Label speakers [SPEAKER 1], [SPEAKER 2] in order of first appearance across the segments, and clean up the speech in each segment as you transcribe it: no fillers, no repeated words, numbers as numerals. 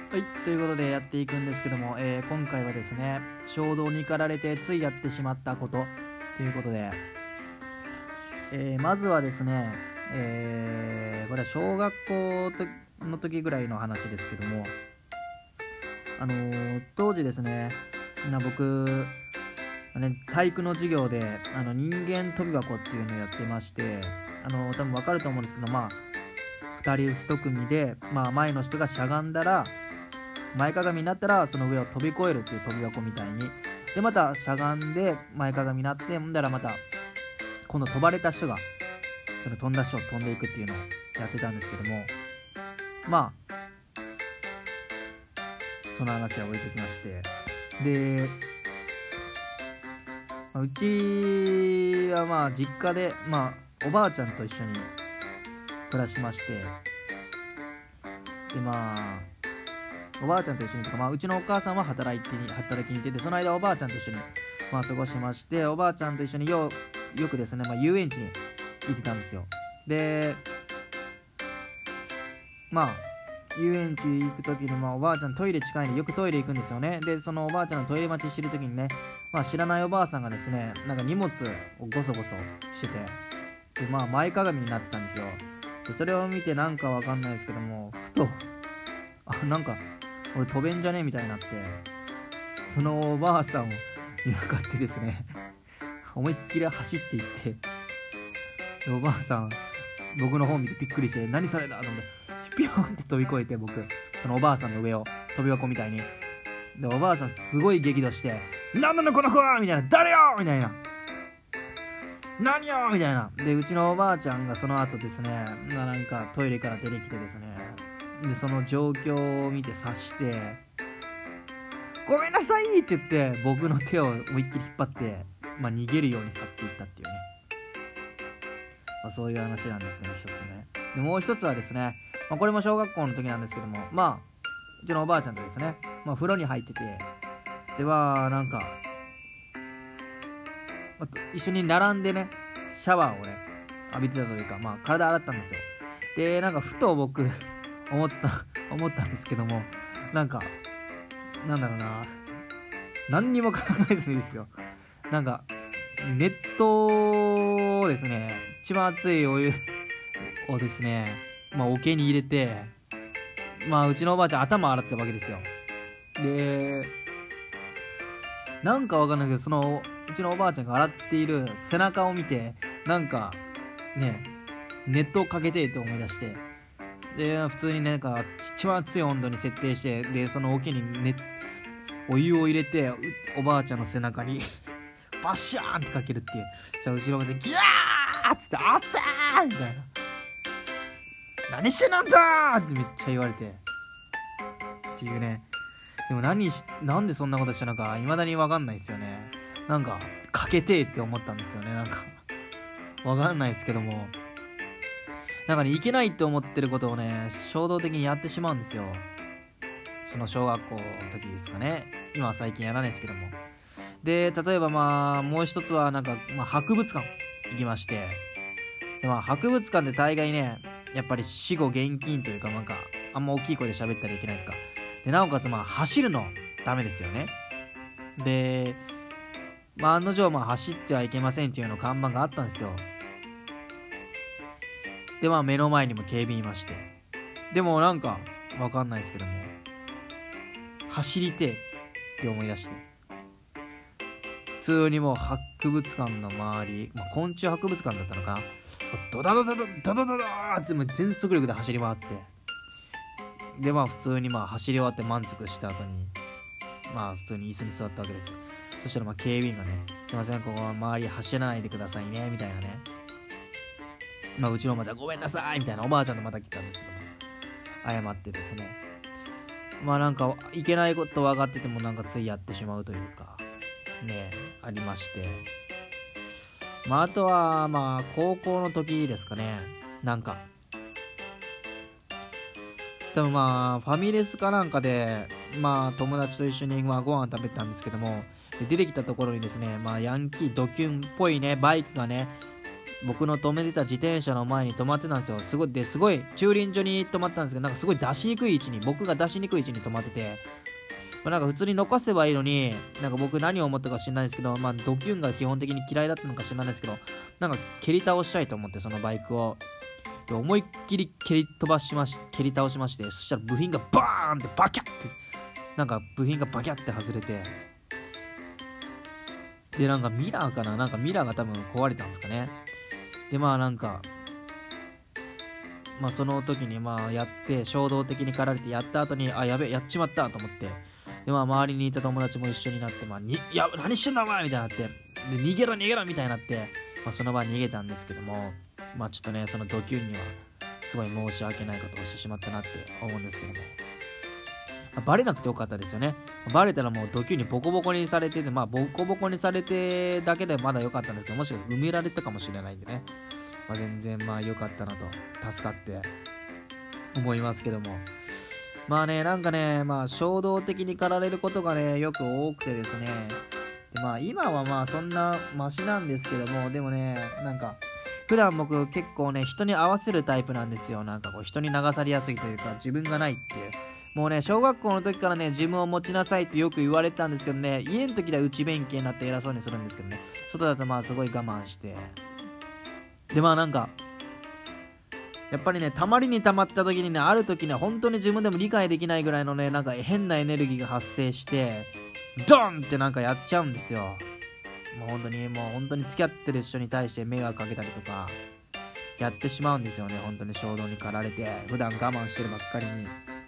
[SPEAKER 1] はい、ということでやっていくんですけども、今回はですね、衝動に駆られてついやってしまったことということで、まずはですね、これは小学校の時ぐらいの話ですけども、当時ですね、僕、体育の授業で人間跳び箱っていうのをやってまして、多分わかると思うんですけど、2人1組で、前の人がしゃがんだら、前かがみになったらその上を飛び越えるっていう跳び箱みたいに、でまたしゃがんで前かがみになって、んだらまた今度飛ばれた人がその飛んだ人を飛んでいくっていうのをやってたんですけども、その話は置いてきまして、でうちは実家でおばあちゃんと一緒に暮らしまして、でおばあちゃんと一緒にとか、うちのお母さんは働きに行ってて、その間おばあちゃんと一緒に過ごしまして、おばあちゃんと一緒によくですね、遊園地に行ってたんですよ。で遊園地行く時におばあちゃんトイレ近いんでよくトイレ行くんですよね。でそのおばあちゃんのトイレ待ちしてる時にね、知らないおばあさんがですね、荷物をゴソゴソしてて、で前かがみになってたんですよ。でそれを見てなんかわかんないですけども、ふとなんか俺飛べんじゃねえみたいになって、そのおばあさんに向かってですね思いっきり走っていって、でおばあさん僕の方見てびっくりして、何それだと思ってピョンって飛び越えて、僕そのおばあさんの上を飛び箱みたいに、でおばあさんすごい激怒して、なんなのこの子はみたいな、誰よみたいな、何よみたいな。でうちのおばあちゃんがその後ですね、なんかトイレから出てきてですね、でその状況を見て察して、ごめんなさいって言って僕の手を思いっきり引っ張って、逃げるように去っていったっていうね、そういう話なんですね、一つね。でもう一つはですね、これも小学校の時なんですけども、うちのおばあちゃんとですね、風呂に入ってて、でなんか一緒に並んでね、シャワーをね浴びてたというか、体洗ったんですよ。でふと僕思ったんですけども、なんだろうな、何にも考えずにですよ、熱湯をですね、一番熱いお湯をですね、桶に入れて、うちのおばあちゃん頭洗ってたわけですよ。でなんかわかんないけど、そのうちのおばあちゃんが洗っている背中を見て、熱湯かけてって思い出して、で普通に一番熱い温度に設定して、でその桶にお湯を入れて、おばあちゃんの背中にバッシャーンってかけるっていう。じゃあ後ろまでギャーっつって、熱ーみたいな、何してなんだってめっちゃ言われてっていうね。でもなんでそんなことしたのか未だに分かんないですよね。かけてって思ったんですよね。分かんないですけども、いけないって思ってることをね、衝動的にやってしまうんですよ。その小学校の時ですかね。今は最近やらないですけども。で例えばもう一つは博物館行きまして、で博物館で大概ね、やっぱり死後現金というか、あんま大きい声で喋ったらいけないとかで、なおかつ走るのダメですよね。で案の定走ってはいけませんっていうの看板があったんですよ。で目の前にも警備員いまして、でもわかんないですけども、走りてって思い出して、普通に博物館の周り、昆虫博物館だったのかな、ドダドダドドドドドーって全速力で走り回って、で普通に走り終わって満足した後に普通に椅子に座ったわけです。そしたら警備員がね、すいません、ここ周り走らないでくださいねみたいなね、うちのおばあちゃんごめんなさいみたいな、おばあちゃんとまた来たんですけども、謝ってですね、いけないこと分かっててもついやってしまうというかね、ありまして、あとは高校の時ですかね。多分ファミレスかなんかで友達と一緒にご飯食べたんですけども、出てきたところにですね、ヤンキードキュンっぽいねバイクがね僕の止めてた自転車の前に止まってたんですよ。すごい駐輪場に止まったんですけど、なんかすごい僕が出しにくい位置に止まってて、なんか普通に残せばいいのに、なんか僕何を思ったか知らないですけど、ドキュンが基本的に嫌いだったのか知らないですけど、なんか蹴り倒したいと思って、そのバイクをで思いっきり蹴り倒しまして、そしたら部品がバーンってバキャって、なんか部品がバキャって外れて、でなんかミラーが多分壊れたんですかね。でなんかその時にやって衝動的に駆られて、やった後にやべやっちまったと思って、で周りにいた友達も一緒になっていや何してんだお前みたいになって、で逃げろみたいになって、その場逃げたんですけども、ちょっとねそのドキュンにはすごい申し訳ないことをしてしまったなって思うんですけども、バレなくてよかったですよね。バレたらもうドキュンにボコボコにされてて、ボコボコにされてだけでまだ良かったんですけど、もしかして埋められたかもしれないんでね、全然良かったなと助かって思いますけども、なんかね衝動的に駆られることがねよく多くてですね、で今はそんなマシなんですけども、でもねなんか普段僕結構ね人に合わせるタイプなんですよ。なんかこう人に流されやすいというか、自分がないっていう、もうね小学校の時からね自分を持ちなさいってよく言われてたんですけどね、家の時では内弁慶になって偉そうにするんですけどね、外だとすごい我慢して、でなんかやっぱりねたまりにたまった時にね、ある時ね本当に自分でも理解できないぐらいのねなんか変なエネルギーが発生して、ドンってなんかやっちゃうんですよ。もう本当に付き合ってる人に対して迷惑かけたりとかやってしまうんですよね。本当に衝動に駆られて、普段我慢してるばっかりに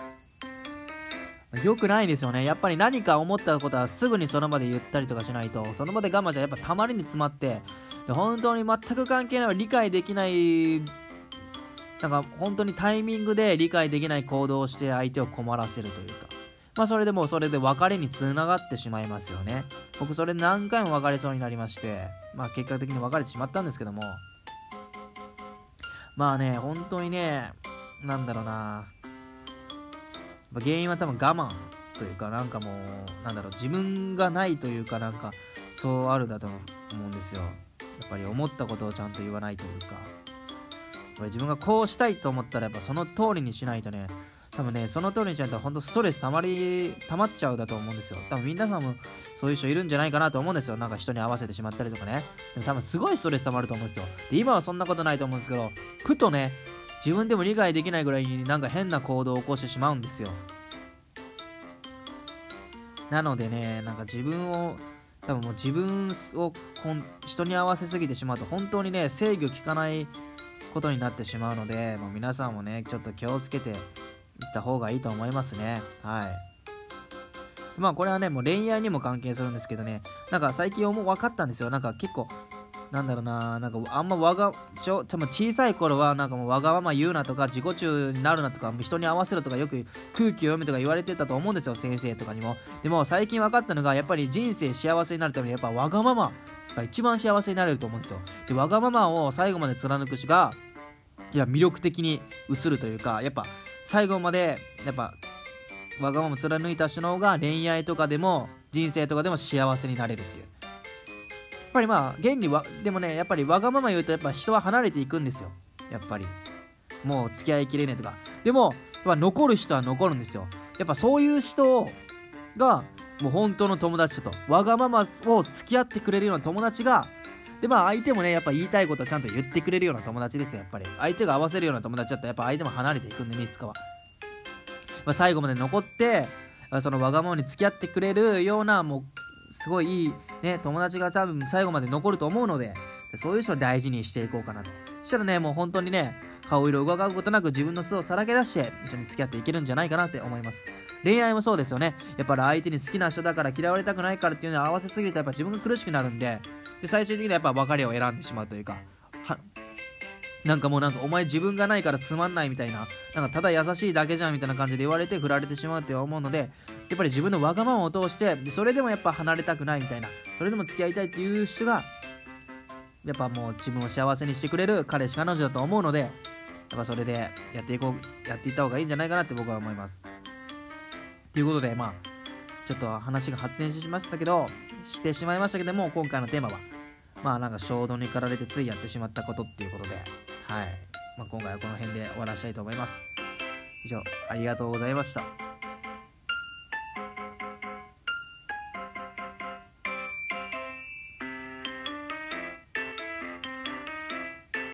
[SPEAKER 1] 良くないですよね。やっぱり何か思ったことはすぐにその場で言ったりとかしないと、その場で我慢じゃやっぱたまりに詰まって、で本当に全く関係ない理解できない、なんか本当にタイミングで理解できない行動をして相手を困らせるというか、それで別れにつながってしまいますよね。僕それで何回も別れそうになりまして、結果的に別れてしまったんですけども、本当にねなんだろうな、原因は多分我慢というか、なんかもう自分がないというか、なんかそうあるだと思うんですよ。やっぱり思ったことをちゃんと言わないというか、やっぱり自分がこうしたいと思ったらやっぱその通りにしないとね、多分ねその通りにしないと本当ストレス溜まっちゃうだと思うんですよ。多分皆さんもそういう人いるんじゃないかなと思うんですよ。なんか人に合わせてしまったりとかね。でも多分すごいストレス溜まると思うんですよ。で今はそんなことないと思うんですけど、ふとね自分でも理解できないぐらいになんか変な行動を起こしてしまうんですよ。なのでねなんか自分を人に合わせすぎてしまうと本当にね制御効かないことになってしまうので、もう皆さんもねちょっと気をつけていった方がいいと思いますね。はい。これはねもう恋愛にも関係するんですけどね、なんか最近分かったんですよ。なんか結構なんかあんま小さい頃はなんかもうわがまま言うなとか自己中になるなとか人に合わせろとかよく空気を読めとか言われてたと思うんですよ、先生とかにも。でも最近分かったのが、やっぱり人生幸せになるためにやっぱわがままが一番幸せになれると思うんですよ。でわがままを最後まで貫く人が魅力的に映るというか、やっぱ最後までやっぱわがまま貫いた人の方が恋愛とかでも人生とかでも幸せになれるっていう。やっぱり原理はでもね、やっぱりわがまま言うとやっぱ人は離れていくんですよ。やっぱりもう付き合いきれねえとか。でも残る人は残るんですよ。やっぱそういう人がもう本当の友達とわがままを付き合ってくれるような友達が、で相手もねやっぱ言いたいことをちゃんと言ってくれるような友達ですよ。やっぱり相手が合わせるような友達だったらやっぱ相手も離れていくんでね、いつかは。最後まで残ってそのわがままに付き合ってくれるようなもうすごいいい、ね、友達が多分最後まで残ると思うので、そういう人を大事にしていこうかなと。そしたらねもう本当にね顔色を伺うことなく自分の素をさらけ出して一緒に付き合っていけるんじゃないかなって思います。恋愛もそうですよね。やっぱり相手に好きな人だから嫌われたくないからっていうのに合わせすぎるとやっぱ自分が苦しくなるんで、最終的にはやっぱ別れを選んでしまうというか、なんかお前自分がないからつまんないみたいな、なんかただ優しいだけじゃんみたいな感じで言われて振られてしまうって思うので、やっぱり自分のわがままを通してそれでもやっぱ離れたくないみたいな、それでも付き合いたいっていう人がやっぱもう自分を幸せにしてくれる彼氏彼女だと思うので、やっぱそれでやっていった方がいいんじゃないかなって僕は思います。ということでちょっと話が発展してしまいましたけども、今回のテーマはまあなんか衝動に駆られてついやってしまったことっていうことで、はい。まあ、今回はこの辺で終わらせたいと思います。以上、ありがとうございました。